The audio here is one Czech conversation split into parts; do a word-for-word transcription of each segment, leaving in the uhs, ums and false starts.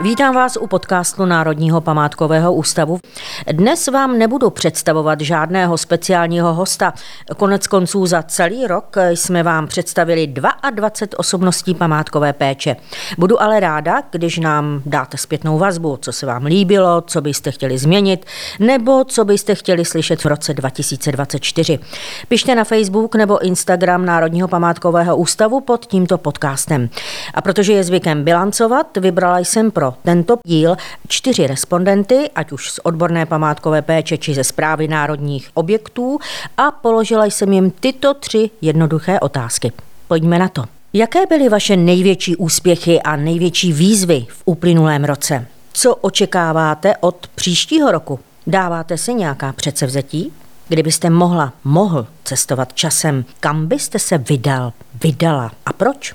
Vítám vás u podcastu Národního památkového ústavu. Dnes vám nebudu představovat žádného speciálního hosta. Konec konců za celý rok jsme vám představili dvacet dva osobností památkové péče. Budu ale ráda, když nám dáte zpětnou vazbu, co se vám líbilo, co byste chtěli změnit, nebo co byste chtěli slyšet v roce dva tisíce dvacet čtyři. Pište na Facebook nebo Instagram Národního památkového ústavu pod tímto podcastem. A protože je zvykem bilancovat, vybrala jsem pro tento díl čtyři respondenty, ať už z odborné památkové péče či ze správy národních objektů, a položila jsem jim tyto tři jednoduché otázky. Pojďme na to. Jaké byly vaše největší úspěchy a největší výzvy v uplynulém roce? Co očekáváte od příštího roku? Dáváte si nějaká předsevzetí? Kdybyste mohla, mohl cestovat časem, kam byste se vydal, vydala a proč?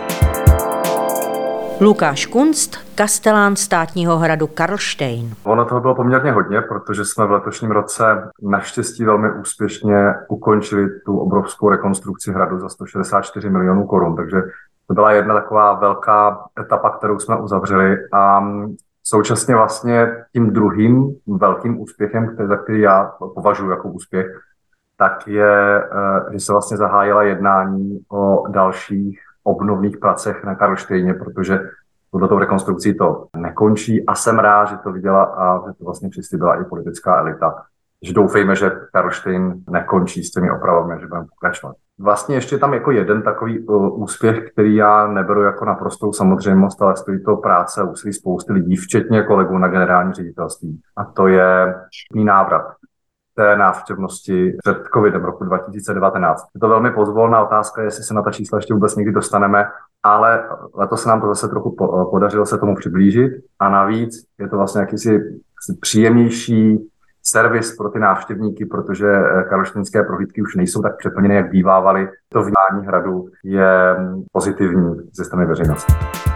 Lukáš Kunst, kastelán státního hradu Karlštejn. Ono toho bylo poměrně hodně, protože jsme v letošním roce naštěstí velmi úspěšně ukončili tu obrovskou rekonstrukci hradu za sto šedesát čtyři milionů korun, takže to byla jedna taková velká etapa, kterou jsme uzavřeli, a současně vlastně tím druhým velkým úspěchem, který, za který já považuji jako úspěch, tak je, že se vlastně zahájila jednání o dalších obnovných pracech na Karlštejně, protože touto rekonstrukcí to nekončí a jsem rád, že to viděla a že to vlastně přislíbila i politická elita. Že doufejme, že Karlštejn nekončí s těmi opravami, že budeme pokračovat. Vlastně ještě tam jako jeden takový uh, úspěch, který já neberu jako naprostou samozřejmost, ale stojí to práce a úsilí spousty lidí, včetně kolegů na generální ředitelství. A to je návrat té návštěvnosti před covidem roku dva tisíce devatenáct. Je to velmi pozvolná otázka, jestli se na ta čísla ještě vůbec někdy dostaneme, ale letos se nám to zase trochu podařilo se tomu přiblížit a navíc je to vlastně jakýsi příjemnější servis pro ty návštěvníky, protože karlštejnské prohlídky už nejsou tak přeplněné, jak bývávaly. To vnímání hradu je pozitivní ze strany veřejnosti.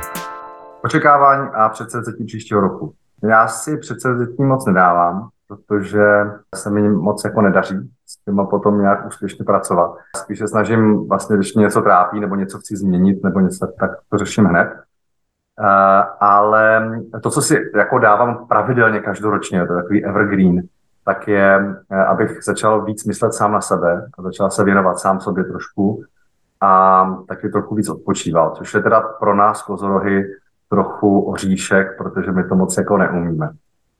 Očekávání a předsevzetí příštího roku. Já si předsevzetí moc nedávám, protože se mi moc jako nedaří s tím potom nějak úspěšně pracovat. Spíš se snažím vlastně, když mě něco trápí nebo něco chci změnit nebo něco, tak to řeším hned. Uh, ale to, co si jako dávám pravidelně každoročně, to je takový evergreen, tak je, abych začal víc myslet sám na sebe a začal se věnovat sám sobě trošku a taky trochu víc odpočíval, což je teda pro nás kozorohy trochu oříšek, protože my to moc jako neumíme.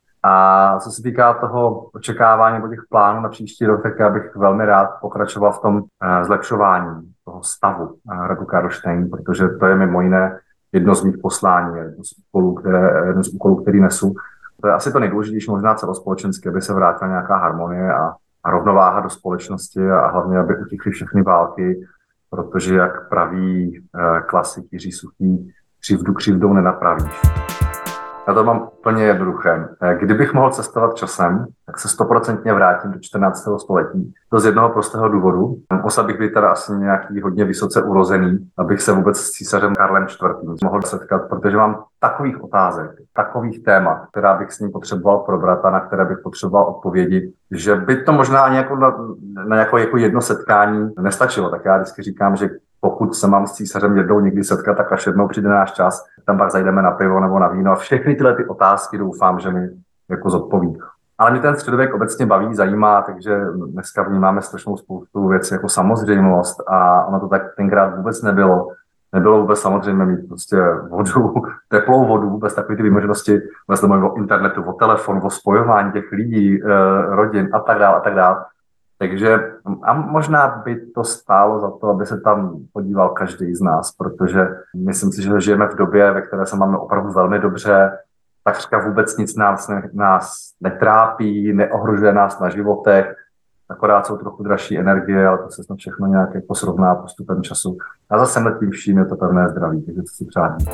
A co se týká toho očekávání nebo těch plánů na příští rok, tak já bych velmi rád pokračoval v tom zlepšování toho stavu hradu Karlštejn, protože to je mimo jiné jedno z mých poslání, jedno z úkolů, které, jedno z úkolů, který nesu. To je asi to nejdůležitější, možná celospolečensky, aby se vrátila nějaká harmonie a, a rovnováha do společnosti a hlavně, aby utichly všechny války, protože jak praví eh, klasik Jiří Suchý, křivdu křivdou nenapravíš. Já to mám úplně jednoduché. Kdybych mohl cestovat časem, tak se stoprocentně vrátím do čtrnáctého století. To z jednoho prostého důvodu. Musel bych být teda asi nějaký hodně vysoce urozený, abych se vůbec s císařem Karlem čtvrtým mohl setkat, protože mám takových otázek, takových témat, která bych s ním potřeboval probrat a na které bych potřeboval odpovědi, že by to možná ani jako na, na jako, jako jedno setkání nestačilo. Tak já vždycky říkám, že pokud se mám s císařem jednou někdy setkat, tak až jednou přijde náš čas, tam pak zajdeme na pivo nebo na víno a všechny tyhle ty otázky doufám, že mi jako zodpoví. Ale mě ten středověk obecně baví, zajímá, takže dneska vnímáme strašnou spoustu věcí jako samozřejmost a ono to tak tenkrát vůbec nebylo. Nebylo vůbec samozřejmě mít prostě vodu, teplou vodu, vůbec takové ty výmožnosti, vůbec mluvím o internetu, o telefonu, o spojování těch lidí, rodin a tak dále a tak dále. Takže a možná by to stálo za to, aby se tam podíval každý z nás, protože myslím si, že žijeme v době, ve které se máme opravdu velmi dobře, takřka vůbec nic nás, ne, nás netrápí, neohrožuje nás na životech, akorát jsou trochu dražší energie, ale to se snad všechno nějak jako srovná postupem času. A zase nad tím vším je to pevné zdraví, takže to si přát víc.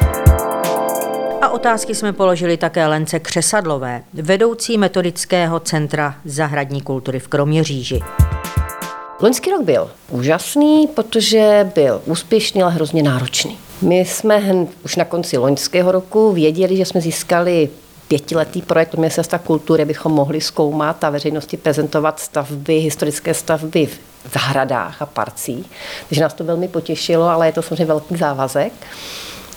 A otázky jsme položili také Lence Křesadlové, vedoucí metodického centra zahradní kultury v Kroměříži. Loňský rok byl úžasný, protože byl úspěšný, ale hrozně náročný. My jsme hned už na konci loňského roku věděli, že jsme získali pětiletý projekt Ministerstva kultury, bychom mohli zkoumat a veřejnosti prezentovat stavby, historické stavby v zahradách a parcích. Takže nás to velmi potěšilo, ale je to samozřejmě velký závazek.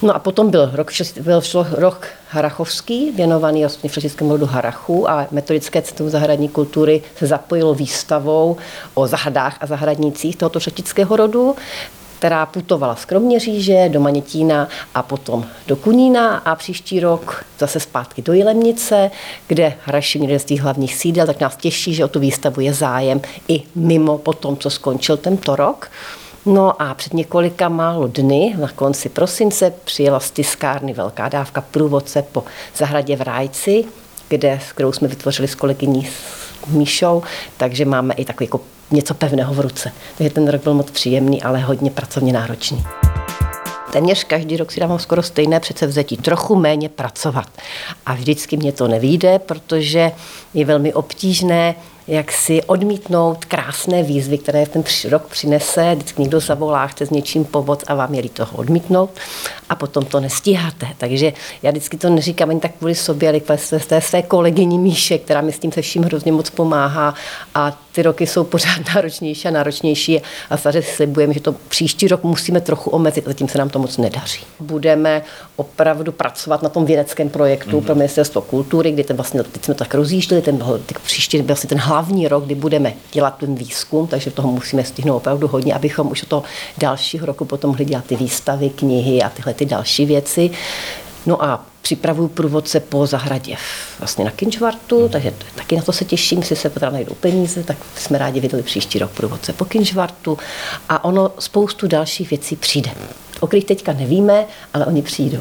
No a potom byl rok, byl rok harachovský, věnovaný vlastně všečeskému rodu Harachů, a Metodické centrum zahradní kultury se zapojilo výstavou o zahradách a zahradnících tohoto všečického rodu, která putovala z Kroměříže do Manětína a potom do Kunína, a příští rok zase zpátky do Jilemnice, kde Haraši měli z těch hlavních sídel, tak nás těší, že o tu výstavu je zájem i mimo po tom, co skončil tento rok. No a před několika málo dny, na konci prosince, přijela z tiskárny velká dávka průvodce po zahradě v Rájci, kde, s kterou jsme vytvořili s kolegyní Míšou, takže máme i takový jako něco pevného v ruce. Takže ten rok byl moc příjemný, ale hodně pracovně náročný. Téměř každý rok si dávám skoro stejné předsevzetí, trochu méně pracovat. A vždycky mě to nevyjde, protože je velmi obtížné jak si odmítnout krásné výzvy, které ten rok přinese. Vždycky někdo zavolá, chce s něčím pomoct a vám je líto toho odmítnout a potom to nestíháte. Takže já vždycky to neříkám ani tak kvůli sobě, ale kvůli té své kolegyni Míše, která mi s tím se vším hrozně moc pomáhá, a ty roky jsou pořád náročnější a náročnější a samozřejmě slibujeme, že to příští rok musíme trochu omezit, zatím se nám to moc nedaří. Budeme opravdu pracovat na tom vědeckém projektu mm-hmm. pro Ministerstvo kultury, kdy ten vlastně, teď jsme to tak rozjížděli, ten příští vlastně ten hlavní rok, kdy budeme dělat ten výzkum, takže toho musíme stihnout opravdu hodně, abychom už od toho dalšího roku potom mohli dělat ty výstavy, knihy a tyhle ty další věci. No a připravuju průvodce po zahradě vlastně na Kynžvartu, takže taky na to se těším, jestli se potom najdou peníze, tak jsme rádi vydali příští rok průvodce po Kynžvartu, a ono spoustu dalších věcí přijde, o kterých teďka nevíme, ale oni přijdou.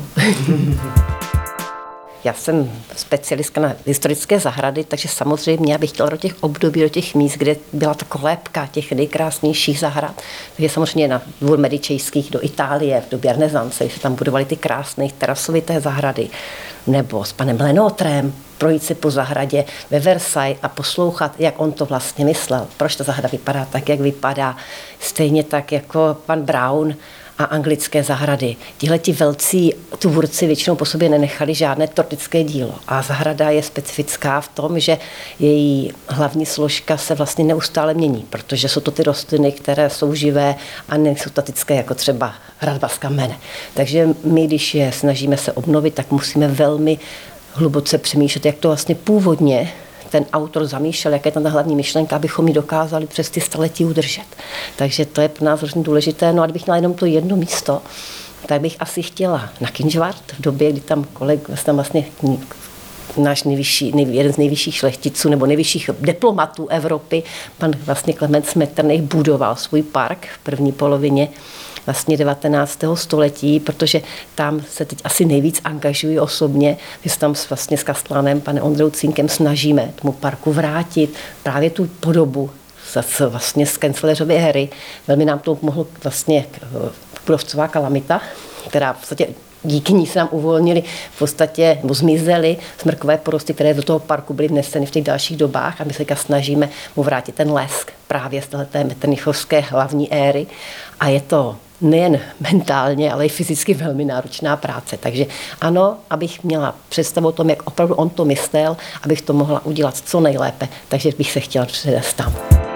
Já jsem specialistka na historické zahrady, takže samozřejmě já bych chtěla do těch období, do těch míst, kde byla ta kolébka těch nejkrásnějších zahrad. Takže samozřejmě na dvůr Medičejských do Itálie v době renesance, když se tam budovaly ty krásné terasovité zahrady, nebo s panem Lenotrem projít se po zahradě ve Versailles a poslouchat, jak on to vlastně myslel, proč ta zahrada vypadá tak, jak vypadá. Stejně tak jako pan Brown a anglické zahrady. Tihleti velcí tvůrci většinou po sobě nenechali žádné tortické dílo. A zahrada je specifická v tom, že její hlavní složka se vlastně neustále mění, protože jsou to ty rostliny, které jsou živé a nejsou statické, jako třeba hradba z kamene. Takže my, když je snažíme se obnovit, tak musíme velmi hluboce přemýšlet, jak to vlastně původně ten autor zamýšlel, jaká je tam ta hlavní myšlenka, abychom ji dokázali přes ty staletí udržet. Takže to je pro nás hrozně důležité. No a kdybych měla jenom to jedno místo, tak bych asi chtěla na Kynžvart, v době, kdy tam kolega, tam vlastně náš nejvyšší, nej, jeden z nejvyšších šlechticů nebo nejvyšších diplomatů Evropy, pan vlastně Klement Metternich, budoval svůj park v první polovině vlastně devatenáctého století, protože tam se teď asi nejvíc angažují osobně, že se tam vlastně s Kastlanem, panem Ondrou Cínkem snažíme tomu parku vrátit právě tu podobu z, vlastně z kancléřovy éry. Velmi nám to mohlo vlastně kůrovcová kalamita, která v podstatě díky ní se nám uvolnili, v podstatě nebo zmizely smrkové porosty, které do toho parku byly vneseny v těch dalších dobách, a my se snažíme mu vrátit ten lesk právě z této metternichovské hlavní éry. A je to nejen mentálně, ale i fyzicky velmi náročná práce. Takže ano, abych měla představu o tom, jak opravdu on to myslel, abych to mohla udělat co nejlépe, takže bych se chtěla přivést tam.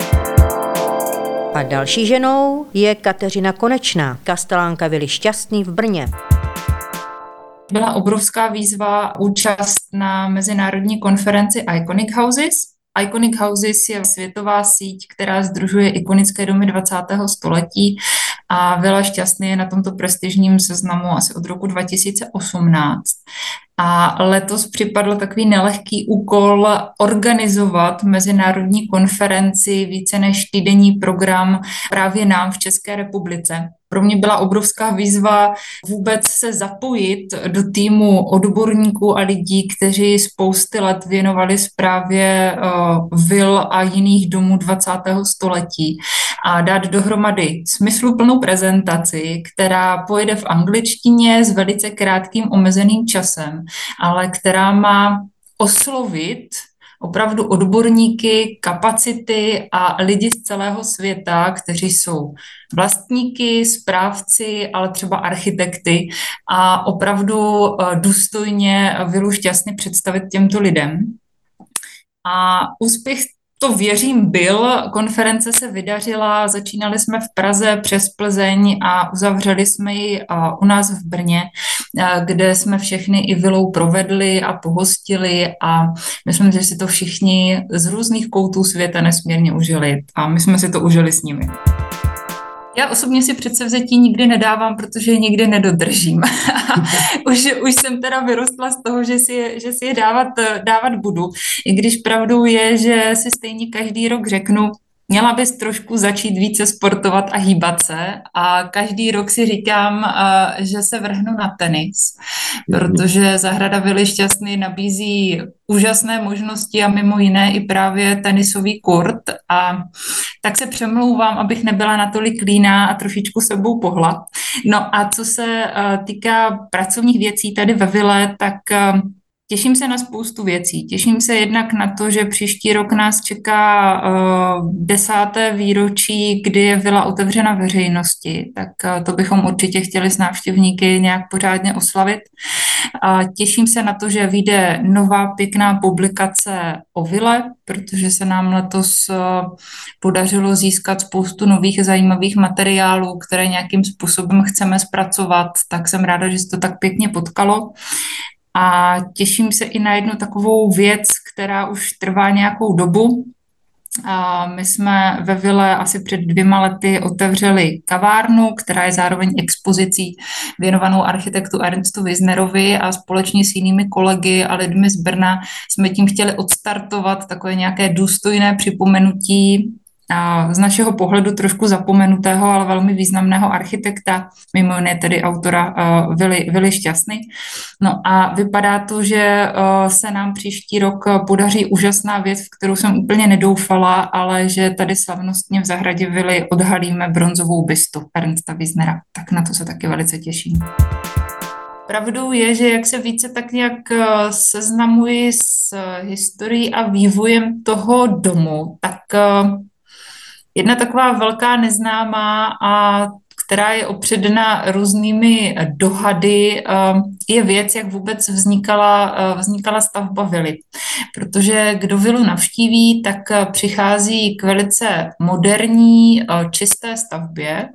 A další ženou je Kateřina Konečná, kastelánka Vily Šťastný v Brně. Byla obrovská výzva účast na mezinárodní konferenci Iconic Houses. Iconic Houses je světová síť, která sdružuje ikonické domy dvacátého století, a Vila Šťastný je na tomto prestižním seznamu asi od roku dva tisíce osmnáct. A letos připadl takový nelehký úkol organizovat mezinárodní konferenci, více než týdenní program právě nám v České republice. Pro mě byla obrovská výzva vůbec se zapojit do týmu odborníků a lidí, kteří spousty let věnovali správě uh, vil a jiných domů dvacátého století, a dát dohromady smysluplnou prezentaci, která pojede v angličtině s velice krátkým omezeným časem, ale která má oslovit opravdu odborníky, kapacity a lidi z celého světa, kteří jsou vlastníky, správci, ale třeba architekty, a opravdu důstojně Vilu Šťastný představit těmto lidem. A úspěch to věřím byl. Konference se vydařila, začínali jsme v Praze přes Plzeň a uzavřeli jsme ji u nás v Brně, kde jsme všechny i vilou provedli a pohostili a myslím, že si to všichni z různých koutů světa nesmírně užili a my jsme si to užili s nimi. Já osobně si předsevzetí nikdy nedávám, protože je nikdy nedodržím. už, už jsem teda vyrostla z toho, že si je, že si je dávat, dávat budu. I když pravdou je, že si stejně každý rok řeknu, měla bys trošku začít více sportovat a hýbat se a každý rok si říkám, že se vrhnu na tenis, protože zahrada Vily Šťastný nabízí úžasné možnosti a mimo jiné i právě tenisový kurt a tak se přemlouvám, abych nebyla natolik líná a trošičku sebou pohla. No a co se týká pracovních věcí tady ve Vile, tak těším se na spoustu věcí. Těším se jednak na to, že příští rok nás čeká uh, desáté výročí, kdy je vila otevřena veřejnosti, tak uh, to bychom určitě chtěli s návštěvníky nějak pořádně oslavit. A těším se na to, že vyjde nová pěkná publikace o vile, protože se nám letos uh, podařilo získat spoustu nových zajímavých materiálů, které nějakým způsobem chceme zpracovat, tak jsem ráda, že se to tak pěkně potkalo. A těším se i na jednu takovou věc, která už trvá nějakou dobu. A my jsme ve Vile asi před dvěma lety otevřeli kavárnu, která je zároveň expozicí věnovanou architektu Ernstu Wissnerovi a společně s jinými kolegy a lidmi z Brna jsme tím chtěli odstartovat takové nějaké důstojné připomenutí z našeho pohledu trošku zapomenutého, ale velmi významného architekta, mimo jiné tedy autora uh, Vily, Vily Šťastný. No a vypadá to, že uh, se nám příští rok podaří úžasná věc, v kterou jsem úplně nedoufala, ale že tady slavnostně v zahradě Vily odhalíme bronzovou bystu Ernsta Wissnera. Tak na to se taky velice těším. Pravdou je, že jak se více tak nějak seznamuji s historií a vývojem toho domu, tak uh, jedna taková velká neznámá, a která je opředena různými dohady, je věc, jak vůbec vznikala, vznikala stavba vily. Protože kdo vilu navštíví, tak přichází k velice moderní, čisté stavbě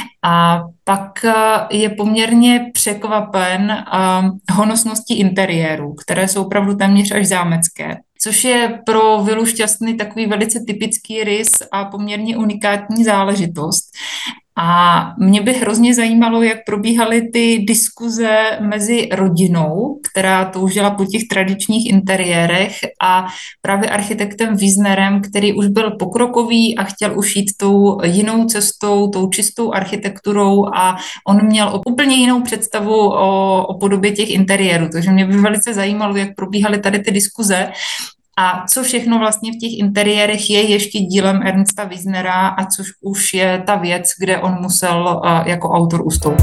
a pak je poměrně překvapen honosností interiérů, které jsou opravdu téměř až zámecké. Což je pro Vilu Šťastný takový velice typický rys a poměrně unikátní záležitost. A mě by hrozně zajímalo, jak probíhaly ty diskuze mezi rodinou, která toužila po těch tradičních interiérech, a právě architektem Wissnerem, který už byl pokrokový a chtěl už jít tou jinou cestou, tou čistou architekturou, a on měl úplně jinou představu o, o podobě těch interiérů. Takže mě by velice zajímalo, jak probíhaly tady ty diskuze a co všechno vlastně v těch interiérech je ještě dílem Ernsta Wissnera a což už je ta věc, kde on musel uh, jako autor ustoupit.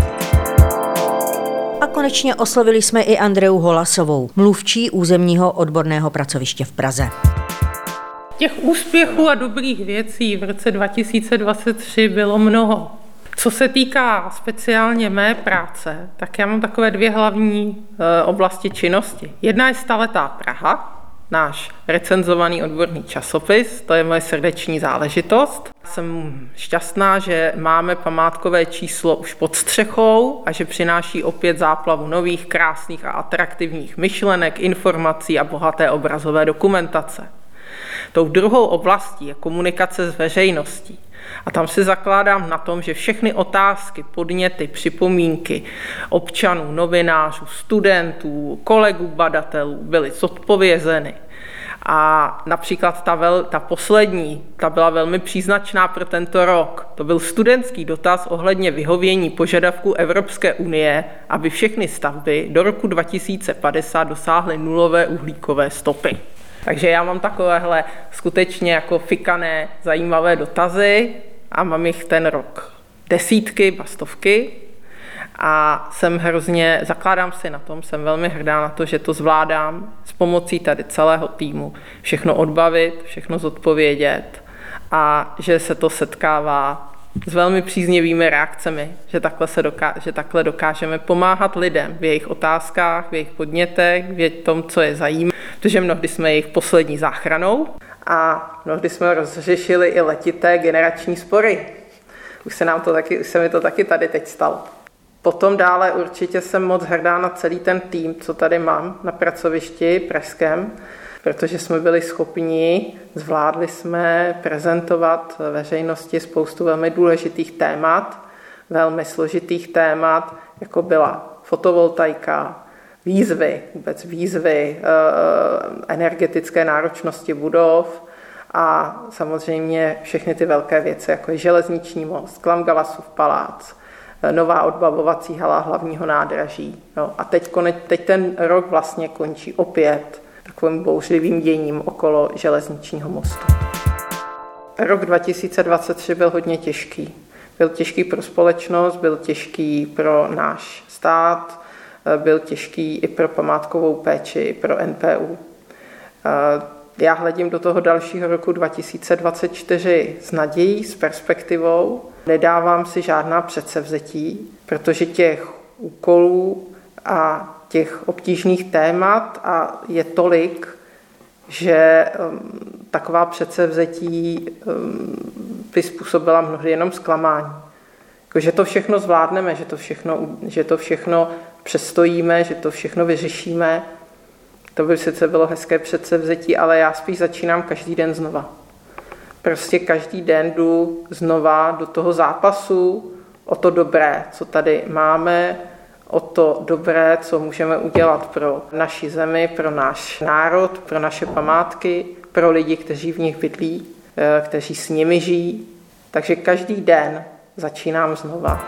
A konečně oslovili jsme i Andreu Holasovou, mluvčí územního odborného pracoviště v Praze. Těch úspěchů a dobrých věcí v roce dva tisíce dvacet tři bylo mnoho. Co se týká speciálně mé práce, tak já mám takové dvě hlavní e, oblasti činnosti. Jedna je Staletá Praha, náš recenzovaný odborný časopis, to je moje srdeční záležitost. Jsem šťastná, že máme památkové číslo už pod střechou a že přináší opět záplavu nových, krásných a atraktivních myšlenek, informací a bohaté obrazové dokumentace. Tou druhou oblastí je komunikace s veřejností. A tam si zakládám na tom, že všechny otázky, podněty, připomínky občanů, novinářů, studentů, kolegů, badatelů byly zodpovězeny. A například ta, vel, ta poslední, ta byla velmi příznačná pro tento rok. To byl studentský dotaz ohledně vyhovění požadavků Evropské unie, aby všechny stavby do roku dva tisíce padesát dosáhly nulové uhlíkové stopy. Takže já mám takovéhle skutečně jako fikané, zajímavé dotazy a mám jich ten rok desítky, stovky a jsem hrozně, zakládám si na tom, jsem velmi hrdá na to, že to zvládám s pomocí tady celého týmu všechno odbavit, všechno zodpovědět a že se to setkává s velmi příznivými reakcemi, že takhle, se doká- že takhle dokážeme pomáhat lidem v jejich otázkách, v jejich podnětech, v tom, co je zajímá, protože mnohdy jsme jejich poslední záchranou a mnohdy jsme rozřešili i letité generační spory. Už se, nám to taky, už se mi to taky tady teď stalo. Potom dále určitě jsem moc hrdá na celý ten tým, co tady mám na pracovišti pražském, protože jsme byli schopni, zvládli jsme prezentovat veřejnosti spoustu velmi důležitých témat, velmi složitých témat, jako byla fotovoltaika, výzvy, vůbec výzvy energetické náročnosti budov a samozřejmě všechny ty velké věci, jako je železniční most, Klamgalasův palác, nová odbavovací hala hlavního nádraží. No, a teď, konec, teď ten rok vlastně končí opět takovým bouřlivým děním okolo železničního mostu. Rok dva tisíce dvacet tři byl hodně těžký. Byl těžký pro společnost, byl těžký pro náš stát, byl těžký i pro památkovou péči, i pro N P U. Já hledím do toho dalšího roku dva tisíce dvacet čtyři s nadějí, s perspektivou. Nedávám si žádná předsevzetí, protože těch úkolů a těch obtížných témat a je tolik, že um, taková předsevzetí um, by způsobila mnohdy jenom zklamání. Jako, že to všechno zvládneme, že to všechno, že to všechno přestojíme, že to všechno vyřešíme. To by sice bylo hezké předsevzetí, ale já spíš začínám každý den znova. Prostě každý den jdu znova do toho zápasu o to dobré, co tady máme, o to dobré, co můžeme udělat pro naši zemi, pro náš národ, pro naše památky, pro lidi, kteří v nich bydlí, kteří s nimi žijí. Takže každý den začínám znova.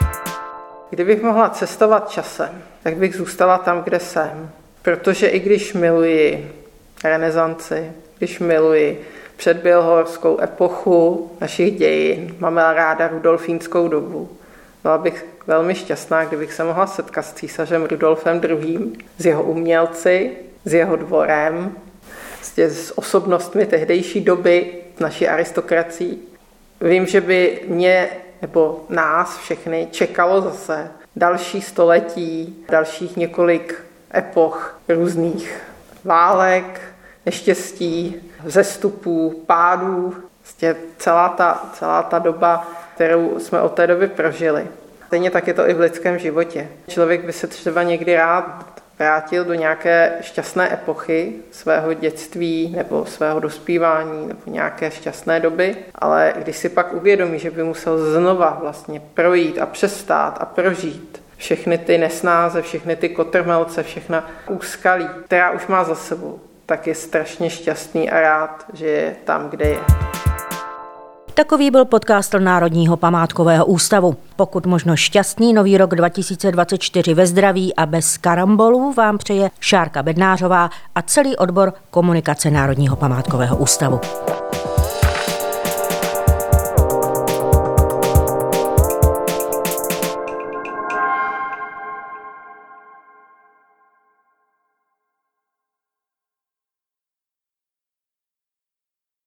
Kdybych mohla cestovat časem, tak bych zůstala tam, kde jsem. Protože i když miluji renesanci, když miluji předbělohorskou epochu našich dějin, máme ráda rudolfínskou dobu, byla bych velmi šťastná, kdybych se mohla setkat s císařem Rudolfem druhým, s jeho umělci, s jeho dvorem, s osobnostmi tehdejší doby, s naší aristokracií. Vím, že by mě nebo nás všechny čekalo zase další století, dalších několik epoch různých válek, neštěstí, vzestupů, pádů, vlastně celá ta, celá ta doba, kterou jsme od té doby prožili. Stejně tak je to i v lidském životě. Člověk by se třeba někdy rád vrátil do nějaké šťastné epochy svého dětství nebo svého dospívání nebo nějaké šťastné doby, ale když si pak uvědomí, že by musel znova vlastně projít a přestát a prožít všechny ty nesnáze, všechny ty kotrmelce, všechna úskalí, která už má za sebou, tak je strašně šťastný a rád, že je tam, kde je. Takový byl podcast Národního památkového ústavu. Pokud možno šťastný nový rok dva tisíce dvacet čtyři ve zdraví a bez karambolů vám přeje Šárka Bednářová a celý odbor komunikace Národního památkového ústavu.